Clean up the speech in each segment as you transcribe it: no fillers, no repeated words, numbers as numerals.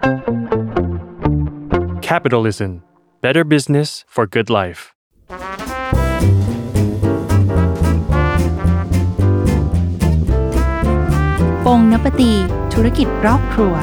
Capitalism. Better business for good life. ปงนปตีธุรกิจรอบครัว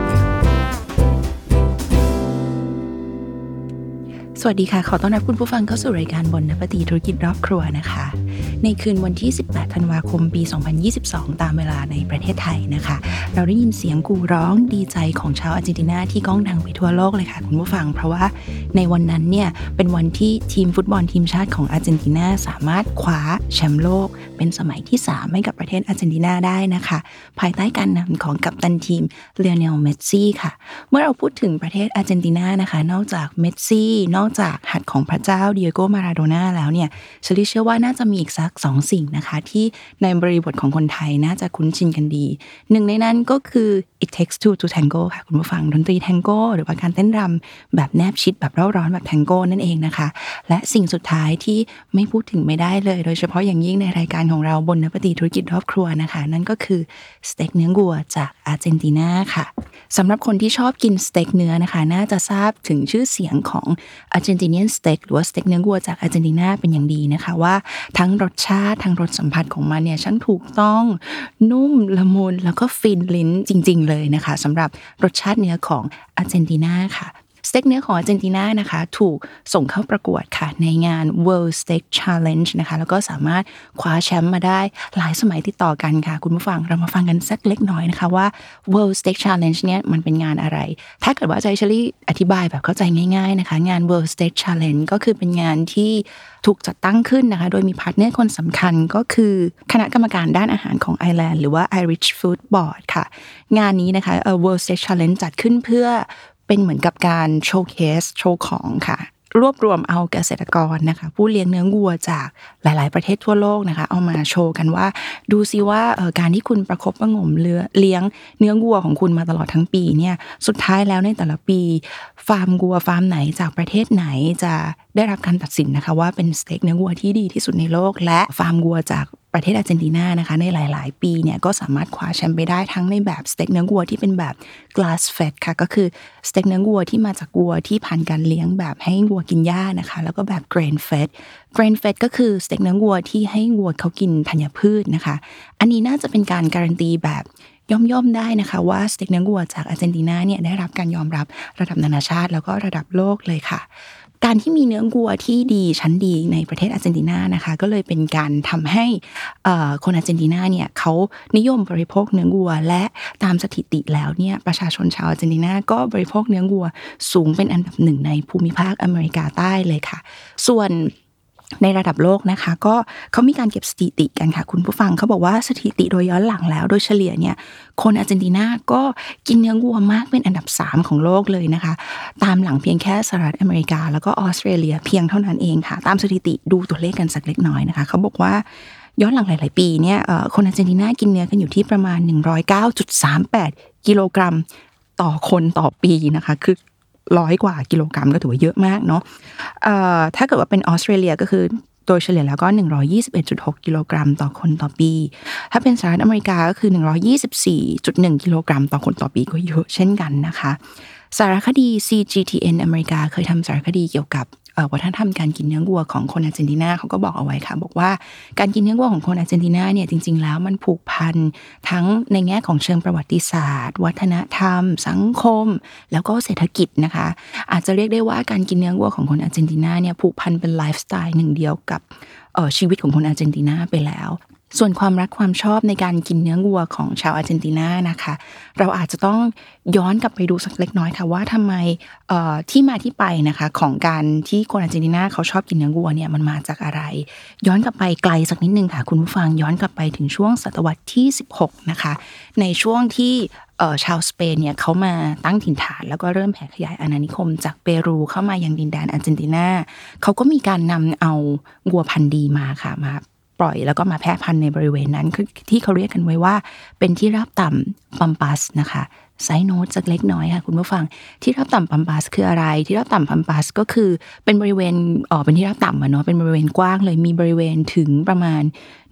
สวัสดีค่ะขอต้อนรับคุณผู้ฟังเข้าสู่รายการบนนปตีธุรกิจรอบครัวนะคะในคืนวันที่18ธันวาคมปี2022ตามเวลาในประเทศไทยนะคะเราได้ยินเสียงกู่ร้องดีใจของชาวอาร์เจนตินาที่ก้องดังไปทั่วโลกเลยค่ะคุณผู้ฟังเพราะว่าในวันนั้นเนี่ยเป็นวันที่ทีมฟุตบอลทีมชาติของอาร์เจนตินาสามารถคว้าแชมป์โลกเป็นสมัยที่3ให้กับประเทศอาร์เจนตินาได้นะคะภายใต้การนำของกัปตันทีมเลโอเนลเมสซี่ค่ะเมื่อเราพูดถึงประเทศอาร์เจนตินานะคะนอกจากเมสซี่นอกจากหัตถ์ของพระเจ้าดิเอโกมาราโดน่าแล้วเนี่ยเชื่อว่าน่าจะมีอีกสัก2สิ่งนะคะที่ในบริบทของคนไทยน่าจะคุ้นชินกันดีหนึ่งในนั้นก็คือ It Takes Two to Tango ค่ะคุณผู้ฟังดนตรีแทงโก้หรือว่าการเต้นรำแบบแนบชิดแบบเร่าร้อนแบบแทงโก้นั่นเองนะคะและสิ่งสุดท้ายที่ไม่พูดถึงไม่ได้เลยโดยเฉพาะอย่างยิ่งในรายการของเราบนนปตีธุรกิจรอบครัวนะคะนั่นก็คือสเต็กเนื้อวัวจากอาร์เจนตินาค่ะสำหรับคนที่ชอบกินสเต็กเนื้อนะคะน่าจะทราบถึงชื่อเสียงของ Argentinian steak หรือว่าสเต็กเนื้อวัวจากอาร์เจนตินาเป็นอย่างดีนะคะว่าทั้งรสชาติทั้งรสสัมผัสของมันเนี่ยช่างถูกต้องนุ่มละมุนแล้วก็ฟินลิ้นจริงๆเลยนะคะสำหรับรสชาติเนื้อของอาร์เจนตินาค่ะสเต็กเนื้อของอาร์เจนตินานะคะถูกส่งเข้าประกวดค่ะในงาน World Steak Challenge นะคะแล้วก็สามารถคว้าแชมป์มาได้หลายสมัยติดต่อกันค่ะคุณผู้ฟังเรามาฟังกันสักเล็กน้อยนะคะว่า World Steak Challenge เนี่ยมันเป็นงานอะไรถ้าเกิดว่าใจเชอรี่อธิบายแบบเข้าใจง่ายๆนะคะงาน World Steak Challenge ก็คือเป็นงานที่ถูกจัดตั้งขึ้นนะคะโดยมีพาร์ทเนอร์คนสำคัญก็คือคณะกรรมการด้านอาหารของไอร์แลนด์หรือว่า Irish Food Board ค่ะงานนี้นะคะWorld Steak Challenge จัดขึ้นเพื่อเป็นเหมือนกับการโชว์เคสโชว์ของค่ะรวบรวมเอาเกษตรกรนะคะผู้เลี้ยงเนื้อวัวจากหลายๆประเทศทั่วโลกนะคะเอามาโชว์กันว่าดูซิว่าการที่คุณประคบประหงมเลี้ยงเนื้อวัวของคุณมาตลอดทั้งปีเนี่ยสุดท้ายแล้วในแต่ละปีฟาร์มวัวฟาร์มไหนจากประเทศไหนจะได้รับการตัดสินนะคะว่าเป็นสเต็กเนื้อวัวที่ดีที่สุดในโลกและฟาร์มวัวจากประเทศอาร์เจนตินานะคะในหลายๆปีเนี่ยก็สามารถคว้าแชมป์ไปได้ทั้งในแบบสเต็กเนื้อวัวที่เป็นแบบ glass fed ค่ะก็คือสเต็กเนื้อวัวที่มาจากวัวที่ผ่านการเลี้ยงแบบให้วัวกินหญ้านะคะแล้วก็แบบ grain fed ก็คือสเต็กเนื้อวัวที่ให้วัวเขากินธัญพืชนะคะอันนี้น่าจะเป็นการการันตีแบบย่อมได้นะคะว่าสเต็กเนื้อวัวจากอาร์เจนตินาเนี่ยได้รับการยอมรับระดับนานาชาติแล้วก็ระดับโลกเลยค่ะการที่มีเนื้อวัวที่ดีชั้นดีในประเทศอาร์เจนตินานะคะก็เลยเป็นการทำให้คนอาร์เจนตินาเนี่ยเขานิยมบริโภคเนื้อวัวและตามสถิติแล้วเนี่ยประชาชนชาวอาร์เจนตินาก็บริโภคเนื้อวัวสูงเป็นอันดับ1ในภูมิภาคอเมริกาใต้เลยค่ะส่วนในระดับโลกนะคะก็เขามีการเก็บสถิติกันค่ะคุณผู้ฟังเขาบอกว่าสถิติโดยย้อนหลังแล้วโดยเฉลี่ยเนี่ยคนอาร์เจนตินาก็กินเนื้อวัวมากเป็นอันดับ3ของโลกเลยนะคะตามหลังเพียงแค่สหรัฐอเมริกาแล้วก็ออสเตรเลียเพียงเท่านั้นเองค่ะตามสถิติดูตัวเลขกันสักเล็กน้อยนะคะเขาบอกว่าย้อนหลังหลายๆปีเนี่ยคนอาร์เจนตินากินเนื้อกันอยู่ที่ประมาณ 109.38 กิโลกรัมต่อคนต่อปีนะคะคือ100 กว่ากิโลกรัมก็ถือว่าเยอะมากเนาะถ้าเกิดว่าเป็นออสเตรเลียก็คือโดยเฉลี่ยแล้วก็ 121.6 กิโลกรัมต่อคนต่อปีถ้าเป็นสหรัฐอเมริกาก็คือ 124.1 กิโลกรัมต่อคนต่อปีก็เยอะเช่นกันนะคะสารคดี CGTN อเมริกาเคยทำสารคดีเกี่ยวกับวัฒนธรรมการกินเนื้อวัวของคนอาร์เจนตินาเขาก็บอกเอาไว้ค่ะบอกว่าการกินเนื้อวัวของคนอาร์เจนตินาเนี่ยจริงๆแล้วมันผูกพันทั้งในแง่ของเชิงประวัติศาสตร์วัฒนธรรมสังคมแล้วก็เศรษฐกิจนะคะอาจจะเรียกได้ว่าการกินเนื้อวัวของคนอาร์เจนตินาเนี่ยผูกพันเป็นไลฟ์สไตล์หนึ่งเดียวกับชีวิตของคนอาร์เจนตินาไปแล้วส่วนความรักความชอบในการกินเนื้อวัวของชาวอาร์เจนตินานะคะเราอาจจะต้องย้อนกลับไปดูสักเล็กน้อยค่ะว่าทำไมที่มาที่ไปนะคะของการที่คนอาร์เจนตินาเขาชอบกินเนื้อวัวเนี่ยมันมาจากอะไรย้อนกลับไปไกลสักนิดนึงค่ะคุณผู้ฟังย้อนกลับไปถึงช่วงศตวรรษที่16นะคะในช่วงที่ชาวสเปนเนี่ยเขามาตั้งถิ่นฐานแล้วก็เริ่มแผ่ขยายอาณานิคมจากเปรูเข้ามายังดินแดนอาร์เจนตินาเขาก็มีการนำเอาวัวพันธุ์ดีมาค่ะมาปล่อยแล้วก็มาแพร่พันธุ์ในบริเวณนั้นที่เขาเรียกกันไว้ว่าเป็นที่ราบต่ำปัมปัสนะคะไซโนตสักเล็กน้อยค่ะคุณผู้ฟังที่ราบต่ำปัมปัสคืออะไรที่ราบต่ำปัมปัสก็คือเป็นบริเวณเป็นที่ราบต่ำเนาะเป็นบริเวณกว้างเลยมีบริเวณถึงประมาณ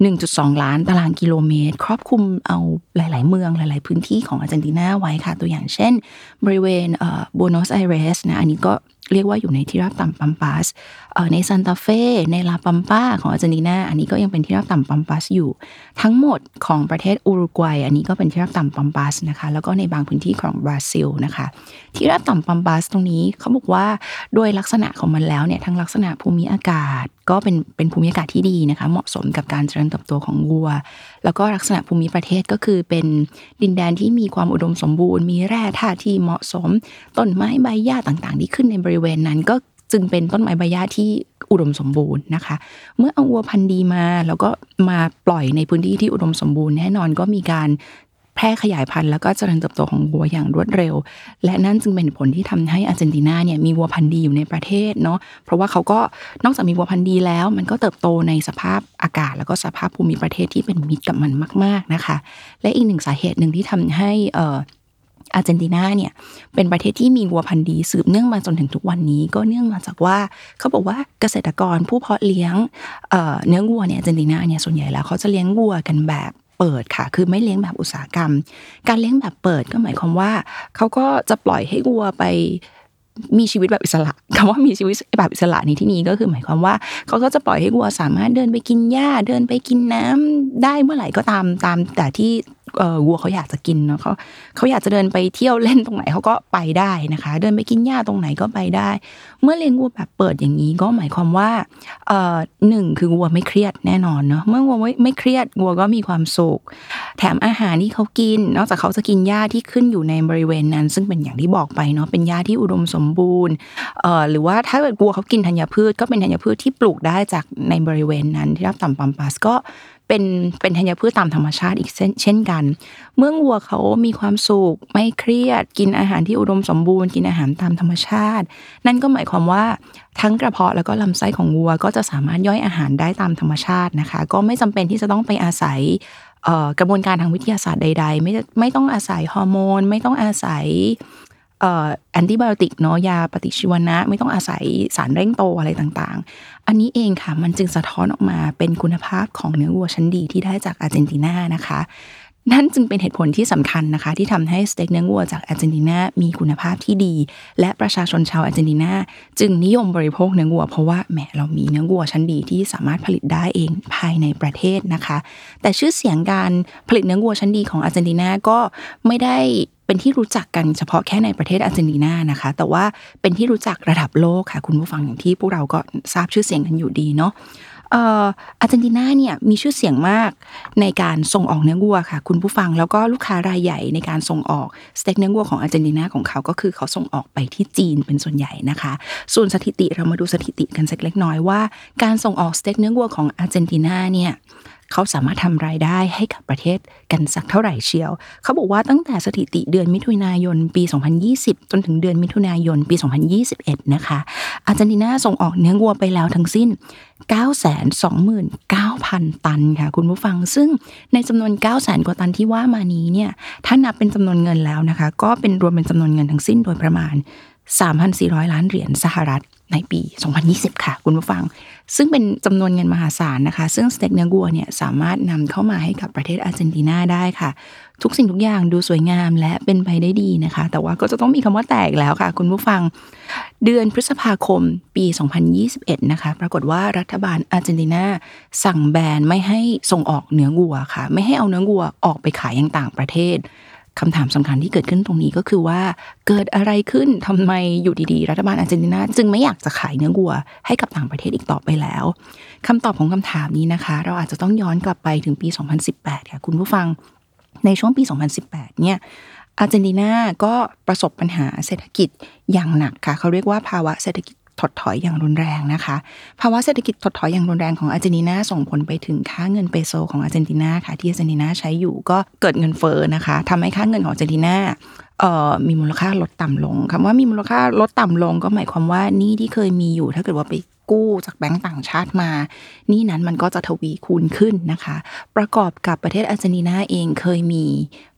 1.2 ล้านตารางกิโลเมตรครอบคลุมเอาหลายๆเมืองหลายๆพื้นที่ของอาร์เจนตินาไว้ค่ะตัวอย่างเช่นบริเวณบัวนอสไอเรสนะอันนี้ก็เรียกว่าอยู่ในที่ราบต่ำปัมปัสในซานตาเฟในลาปัมปาของอาร์เจนตินาอันนี้ก็ยังเป็นที่ราบต่ำปัมปัสอยู่ทั้งหมดของประเทศอุรุกวัยอันนี้ก็เป็นที่ราบต่ำปัมปัสนะคะแล้วก็ในบางพื้นที่ของบราซิลนะคะที่ราบต่ำปัมปัสตรงนี้เขาบอกว่าโดยลักษณะของมันแล้วเนี่ยทั้งลักษณะภูมิอากาศก็เป็นภูมิอากาศที่ดีนะคะเหมาะสมกับการเจริญเติบโตของวัวแล้วก็ลักษณะภูมิประเทศก็คือเป็นดินแดนที่มีความอุดมสมบูรณ์มีแร่ธาตุที่เหมาะสมต้นไม้ใบหญ้าต่างๆที่ขึ้นในบริเวณนั้นก็จึงเป็นต้นไม้ใบหญ้าที่อุดมสมบูรณ์นะคะเมื่อเอาวัวพันธุ์ดีมาแล้วก็มาปล่อยในพื้นที่ที่อุดมสมบูรณ์แน่นอนก็มีการแพร่ขยายพันธุ์แล้วก็เจริญเติบโตของวัวอย่างรวดเร็วและนั่นจึงเป็นผลที่ทำให้อาร์เจนตินาเนี่ยมีวัวพันธุ์ดีอยู่ในประเทศเนาะเพราะว่าเขาก็นอกจากมีวัวพันธุ์ดีแล้วมันก็เติบโตในสภาพอากาศแล้วก็สภาพภูมิประเทศที่เป็นมิตรกับมันมากๆนะคะและอีกหนึ่งสาเหตุหนึ่งที่ทำให้อาร์เจนตินาเนี่ยเป็นประเทศที่มีวัวพันธุ์ดีสืบเนื่องมาจนถึงทุกวันนี้ก็เนื่องมาจากว่าเขาบอกว่าเกษตรกรผู้เพาะเลี้ยงเนื้อวัวเนี่ยอาร์เจนตินาเนี่ยส่วนใหญ่แล้วเขาจะเลี้ยงวัวกันแบบเปิดค่ะคือไม่เลี้ยงแบบอุตสาหกรรมการเลี้ยงแบบเปิดก็หมายความว่าเขาก็จะปล่อยให้วัวไปมีชีวิตแบบอิสระคำว่ามีชีวิตแบบอิสระในที่นี้ก็คือหมายความว่าเขาก็จะปล่อยให้วัวสามารถเดินไปกินหญ้าเดินไปกินน้ำได้เมื่อไหร่ก็ตามแต่ที่วัวเขาอยากจะกินเนาะเขาอยากจะเดินไปเที่ยวเล่นตรงไหนเขาก็ไปได้นะคะเดินไปกินหญ้าตรงไหนก็ไปได้เมื่อเลี้ยงวัวแบบเปิดอย่างนี้ก็หมายความว่าหนึ่งคือวัวไม่เครียดแน่นอนเนาะเมื่อวัวไม่เครียดวัวก็มีความสุขแถมอาหารที่เขากินนอกจากเขาจะกินหญ้าที่ขึ้นอยู่ในบริเวณนั้นซึ่งเป็นอย่างที่บอกไปเนาะเป็นหญ้าที่อุดมสมบูรณ์หรือว่าถ้าเกิดวัวเขากินธัญพืชก็เป็นธัญพืชที่ปลูกได้จากในบริเวณนั้นที่รับต่ำปัมปัสก็เป็นธัญพืชตามธรรมชาติอีกเช่นกันเมื่อวัวเขามีความสุขไม่เครียดกินอาหารที่อุดมสมบูรณ์กินอาหารตามธรรมชาตินั่นก็หมายความว่าทั้งกระเพาะแล้วก็ลำไส้ของวัวก็จะสามารถย่อยอาหารได้ตามธรรมชาตินะคะก็ไม่จำเป็นที่จะต้องไปอาศัยกระบวนการทางวิทยาศาสตร์ใดๆไม่ต้องอาศัยฮอร์โมนไม่ต้องอาศัยแอนติไบโอติกเนาะยาปฏิชีวนะไม่ต้องอาศัยสารเร่งโตอะไรต่างๆอันนี้เองค่ะมันจึงสะท้อนออกมาเป็นคุณภาพของเนื้อวัวชั้นดีที่ได้จากอาร์เจนตินานะคะนั่นจึงเป็นเหตุผลที่สำคัญนะคะที่ทำให้สเต็กเนื้อวัวจากอาร์เจนตินามีคุณภาพที่ดีและประชาชนชาวอาร์เจนตินาจึงนิยมบริโภคเนื้อวัวเพราะว่าแหมเรามีเนื้อวัวชั้นดีที่สามารถผลิตได้เองภายในประเทศนะคะแต่ชื่อเสียงการผลิตเนื้อวัวชั้นดีของอาร์เจนตินาก็ไม่ได้เป็นที่รู้จักกันเฉพาะแค่ในประเทศอาร์เจนตินานะคะแต่ว่าเป็นที่รู้จักระดับโลกค่ะคุณผู้ฟังอย่างที่พวกเราก็ทราบชื่อเสียงกันอยู่ดีเนาะอาร์เจนตินาเนี่ยมีชื่อเสียงมากในการส่งออกเนื้อวัวค่ะคุณผู้ฟังแล้วก็ลูกค้ารายใหญ่ในการส่งออกสเต็กเนื้อวัวของอาร์เจนตินาของเขาก็คือเขาส่งออกไปที่จีนเป็นส่วนใหญ่นะคะส่วนสถิติเรามาดูสถิติกันสักเล็กน้อยว่าการส่งออกสเต็กเนื้อวัวของอาร์เจนตินาเนี่ยเขาสามารถทำรายได้ให้กับประเทศกันสักเท่าไหร่เชียวเขาบอกว่าตั้งแต่สถิติเดือนมิถุนายนปี2020จนถึงเดือนมิถุนายนปี2021นะคะอาร์เจนตินาส่งออกเนื้อวัวไปแล้วทั้งสิ้น 929,000 ตันค่ะคุณผู้ฟังซึ่งในจำนวน 900,000 กว่าตันที่ว่ามานี้เนี่ยถ้านับเป็นจำนวนเงินแล้วนะคะก็เป็นรวมเป็นจำนวนเงินทั้งสิ้นโดยประมาณ 3,400 ล้านเหรียญสหรัฐในปี2020ค่ะคุณผู้ฟังซึ่งเป็นจำนวนเงินมหาศาลนะคะซึ่งสเต็กเนื้อวัวเนี่ยสามารถนำเข้ามาให้กับประเทศอาร์เจนตินาได้ค่ะทุกสิ่งทุกอย่างดูสวยงามและเป็นไปได้ดีนะคะแต่ว่าก็จะต้องมีคำว่าแตกแล้วค่ะคุณผู้ฟังเดือนพฤษภาคมปี2021นะคะปรากฏว่ารัฐบาลอาร์เจนตินาสั่งแบนไม่ให้ส่งออกเนื้อวัวค่ะไม่ให้เอาเนื้อวัวออกไปขายยังต่างประเทศคำถามสำคัญที่เกิดขึ้นตรงนี้ก็คือว่าเกิดอะไรขึ้นทำไมอยู่ดีๆรัฐบาลอาร์เจนตินาจึงไม่อยากจะขายเนื้อวัวให้กับต่างประเทศอีกต่อไปแล้วคำตอบของคำถามนี้นะคะเราอาจจะต้องย้อนกลับไปถึงปี2018ค่ะคุณผู้ฟังในช่วงปี2018เนี่ยอาร์เจนตินาก็ประสบปัญหาเศรษฐกิจอย่างหนักค่ะเขาเรียกว่าภาวะเศรษฐกิจถดถอยอย่างรุนแรงนะคะภาวะเศรษฐกิจถดถอยอย่างรุนแรงของอาร์เจนตินาส่งผลไปถึงค่าเงินเปโซของอาร์เจนตินาค่ะที่อาร์เจนตินาใช้อยู่ก็เกิดเงินเฟ้อนะคะทำให้ค่าเงินของอาร์เจนตินามีมูลค่าลดต่ำลงคำว่ามีมูลค่าลดต่ำลงก็หมายความว่าหนี้ที่เคยมีอยู่ถ้าเกิดว่าไปกู้จากแบงก์ต่างชาติมานี่นั้นมันก็จะทวีคูณขึ้นนะคะประกอบกับประเทศอาร์เจนตินาเองเคยมี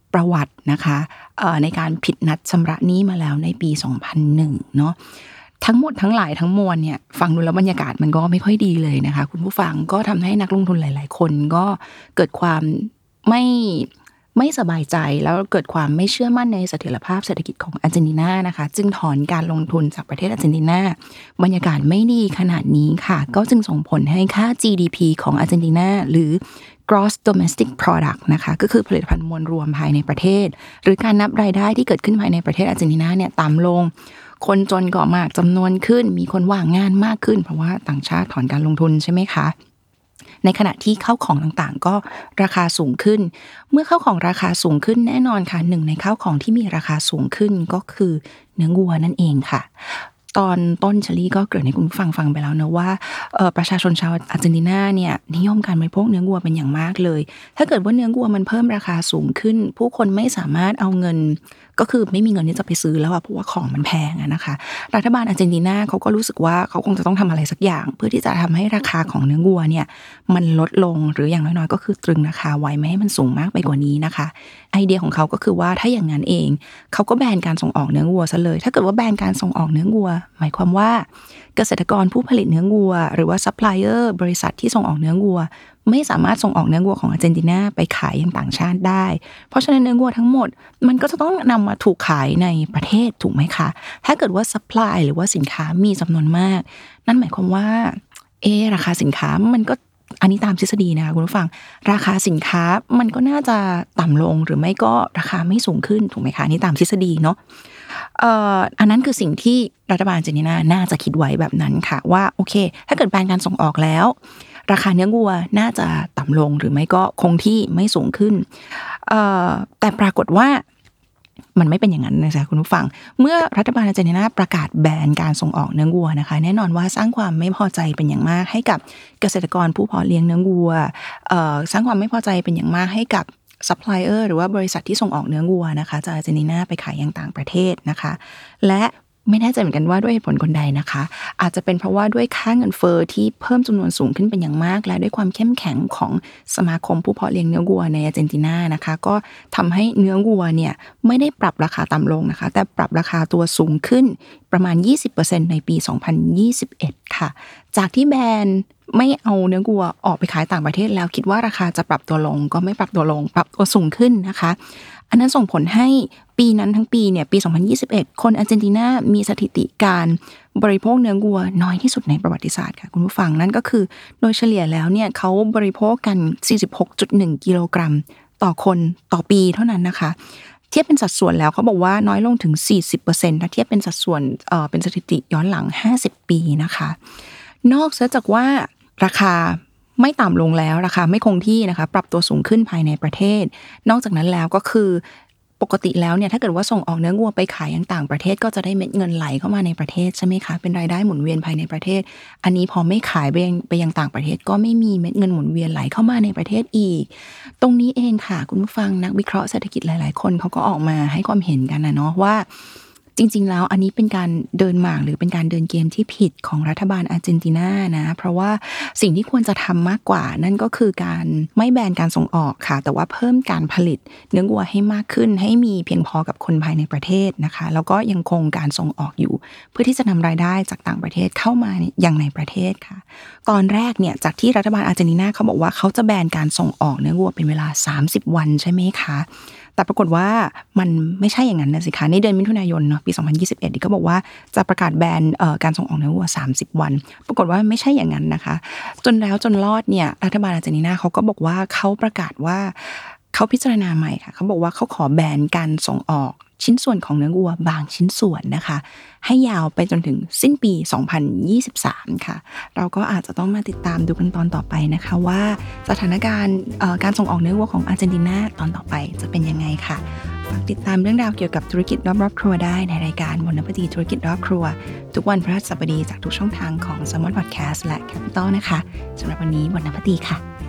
ประวัตินะคะในการผิดนัดชำระหนี้มาแล้วในปี 2001 เนาะทั้งหมดทั้งหลายทั้งมวลเนี่ยฟังดูแล้วบรรยากาศมันก็ไม่ค่อยดีเลยนะคะคุณผู้ฟังก็ทำให้นักลงทุนหลายๆคนก็เกิดความไม่สบายใจแล้วเกิดความไม่เชื่อมั่นในเสถียรภาพเศรษฐกิจของอาร์เจนตินานะคะจึงถอนการลงทุนจากประเทศอาร์เจนตินาบรรยากาศไม่ดีขนาดนี้ค่ะก็จึงส่งผลให้ค่า GDP ของอาร์เจนตินาหรือ Gross Domestic Product นะคะก็คือผลิตภัณฑ์มวลรวมภายในประเทศหรือการนับรายได้ที่เกิดขึ้นภายในประเทศอาร์เจนตินาเนี่ยต่ำลงคนจนก็มากจำนวนขึ้นมีคนว่างงานมากขึ้นเพราะว่าต่างชาติถอนการลงทุนใช่ไหมคะในขณะที่ข้าวของต่างๆก็ราคาสูงขึ้นเมื่อข้าวของราคาสูงขึ้นแน่นอนค่ะหนึ่งในข้าวของที่มีราคาสูงขึ้นก็คือเนื้อวัวนั่นเองค่ะตอนต้นเชลี่ก็เกริ่นให้คุณผู้ฟังไปแล้วนะว่าประชาชนชาวอาร์เจนตินาเนี่ยนิยมการบริโภคเนื้อวัวเป็นอย่างมากเลยถ้าเกิดว่าเนื้อวัวมันเพิ่มราคาสูงขึ้นผู้คนไม่สามารถเอาเงินก็คือไม่มีเงินที่จะไปซื้อแล้วเพราะว่าของมันแพงนะคะรัฐบาลอาร์เจนตินาเขาก็รู้สึกว่าเขาคงจะต้องทำอะไรสักอย่างเพื่อที่จะทำให้ราคาของเนื้อวัวเนี่ยมันลดลงหรืออย่างน้อยๆก็คือตรึงราคาไว้ไม่ให้มันสูงมากไปกว่านี้นะคะไอเดียของเขาก็คือว่าถ้าอย่างนั้นเองเขาก็แบนการส่งออกเนื้อวัวซะเลยถ้าเกิดว่าแบนการส่งออกเนื้อวัวหมายความว่าเกษตรกรผู้ผลิตเนื้อวัวหรือว่าซัพพลายเออร์บริษัทที่ส่งออกเนื้อวัวไม่สามารถส่งออกเนื้อวัวของอาร์เจนตินาไปขายยังต่างชาติได้เพราะฉะนั้นเนื้อวัวทั้งหมดมันก็จะต้องนำมาถูกขายในประเทศถูกไหมคะถ้าเกิดว่าซัพพลายหรือว่าสินค้ามีจำนวนมากนั่นหมายความว่าราคาสินค้ามันก็อันนี้ตามทฤษฎีนะคะคุณผู้ฟังราคาสินค้ามันก็น่าจะต่ำลงหรือไม่ก็ราคาไม่สูงขึ้นถูกไหมคะนี่ตามทฤษฎีเนาะอันนั้นคือสิ่งที่รัฐบาลอาร์เจนตินาน่าจะคิดไว้แบบนั้นค่ะว่าโอเคถ้าเกิดแบนการส่งออกแล้วราคาเนื้อวัวน่าจะต่ำลงหรือไม่ก็คงที่ไม่สูงขึ้นแต่ปรากฏว่ามันไม่เป็นอย่างนั้นนะคะคุณผู้ฟังเมื่อรัฐบาลอาร์เจนตินาประกาศแบนการส่งออกเนื้อวัวนะคะแน่นอนว่าสร้างความไม่พอใจเป็นอย่างมากให้กับเกษตรกรผู้เพาะเลี้ยงเนื้อวัวสร้างความไม่พอใจเป็นอย่างมากให้กับซัพพลายเออร์หรือว่าบริษัทที่ส่งออกเนื้อวัวนะคะจากอาร์เจนตินาไปขายยังต่างประเทศนะคะและไม่แน่ใจเหมือนกันว่าด้วยเหตุผลคนใดนะคะอาจจะเป็นเพราะว่าด้วยค่าเงินเฟ้อที่เพิ่มจำนวนสูงขึ้นเป็นอย่างมากและด้วยความเข้มแข็งของสมาคมผู้เพาะเลี้ยงเนื้อวัวในอาร์เจนตินานะคะก็ทำให้เนื้อวัวเนี่ยไม่ได้ปรับราคาต่ำลงนะคะแต่ปรับราคาตัวสูงขึ้นประมาณ 20% ในปี 2021 ค่ะจากที่แบนไม่เอาเนื้อวัวออกไปขายต่างประเทศแล้วคิดว่าราคาจะปรับตัวลงก็ไม่ปรับตัวลงปรับตัวสูงขึ้นนะคะอันนั้นส่งผลให้ปีนั้นทั้งปีเนี่ยปี 2021 คนอาร์เจนตินามีสถิติการบริโภคเนื้อวัวน้อยที่สุดในประวัติศาสตร์ค่ะคุณผู้ฟังนั่นก็คือโดยเฉลี่ยแล้วเนี่ยเขาบริโภคกัน 46.1 กิโลกรัมต่อคนต่อปีเท่านั้นนะคะเทียบเป็นสัดส่วนแล้วเขาบอกว่าน้อยลงถึง 40% ถ้าเทียบเป็นสัดส่วนเป็นสถิติย้อนหลัง50 ปีนะคะนอกจากว่าราคาไม่ต่ำลงแล้วราคาไม่คงที่นะคะปรับตัวสูงขึ้นภายในประเทศนอกจากนั้นแล้วก็คือปกติแล้วเนี่ยถ้าเกิดว่าส่งออกเนื้อวัวไปขายยังต่างประเทศก็จะได้เม็ดเงินไหลเข้ามาในประเทศใช่ไหมคะเป็นรายได้หมุนเวียนภายในประเทศอันนี้พอไม่ขายไปยังต่างประเทศก็ไม่มีเม็ดเงินหมุนเวียนไหลเข้ามาในประเทศอีกตรงนี้เองค่ะคุณผู้ฟังนักวิเคราะห์เศรษฐกิจหลายๆคนเขาก็ออกมาให้ความเห็นกันนะเนาะว่าจริงๆแล้วอันนี้เป็นการเดินหมากหรือเป็นการเดินเกมที่ผิดของรัฐบาลอาร์เจนตินานะเพราะว่าสิ่งที่ควรจะทำมากกว่านั่นก็คือการไม่แบนการส่งออกค่ะแต่ว่าเพิ่มการผลิตเนื้อวัวให้มากขึ้นให้มีเพียงพอกับคนภายในประเทศนะคะแล้วก็ยังคงการส่งออกอยู่เพื่อที่จะนำรายได้จากต่างประเทศเข้ามายังในประเทศค่ะตอนแรกเนี่ยจากที่รัฐบาลอาร์เจนตินาเขาบอกว่าเขาจะแบนการส่งออกเนื้อวัวเป็นเวลา30 วันใช่ไหมคะแต่ปรากฏว่ามันไม่ใช่อย่างนั้นนะสิคะในเดือนมิถุนายนเนาะปี2021ที่ก็บอกว่าจะประกาศแบนการส่งออกเนื้อวัว30 วันปรากฏว่าไม่ใช่อย่างนั้นนะคะจนแล้วจนรอดเนี่ยรัฐบาลอาร์เจนตินาเขาก็บอกว่าเขาประกาศว่าเขาพิจารณาใหม่ค่ะเขาบอกว่าเขาขอแบนการส่งออกชิ้นส่วนของเนื้อวัวบางชิ้นส่วนนะคะให้ยาวไปจนถึงสิ้นปี2023ค่ะเราก็อาจจะต้องมาติดตามดูกันตอนต่อไปนะคะว่าสถานการณ์การส่งออกเนื้อวัวของอาร์เจนตินาตอนต่อไปจะเป็นยังไงค่ะฝากติดตามเรื่องราวเกี่ยวกับธุรกิจรอบครัวได้ในรายการวรรณปฏิธุรกิจรอบครัวทุกวันพฤหัสบดีจากทุกช่องทางของ Salmon Podcast และ Capital นะคะสำหรับวันนี้วรรณปฏิค่ะ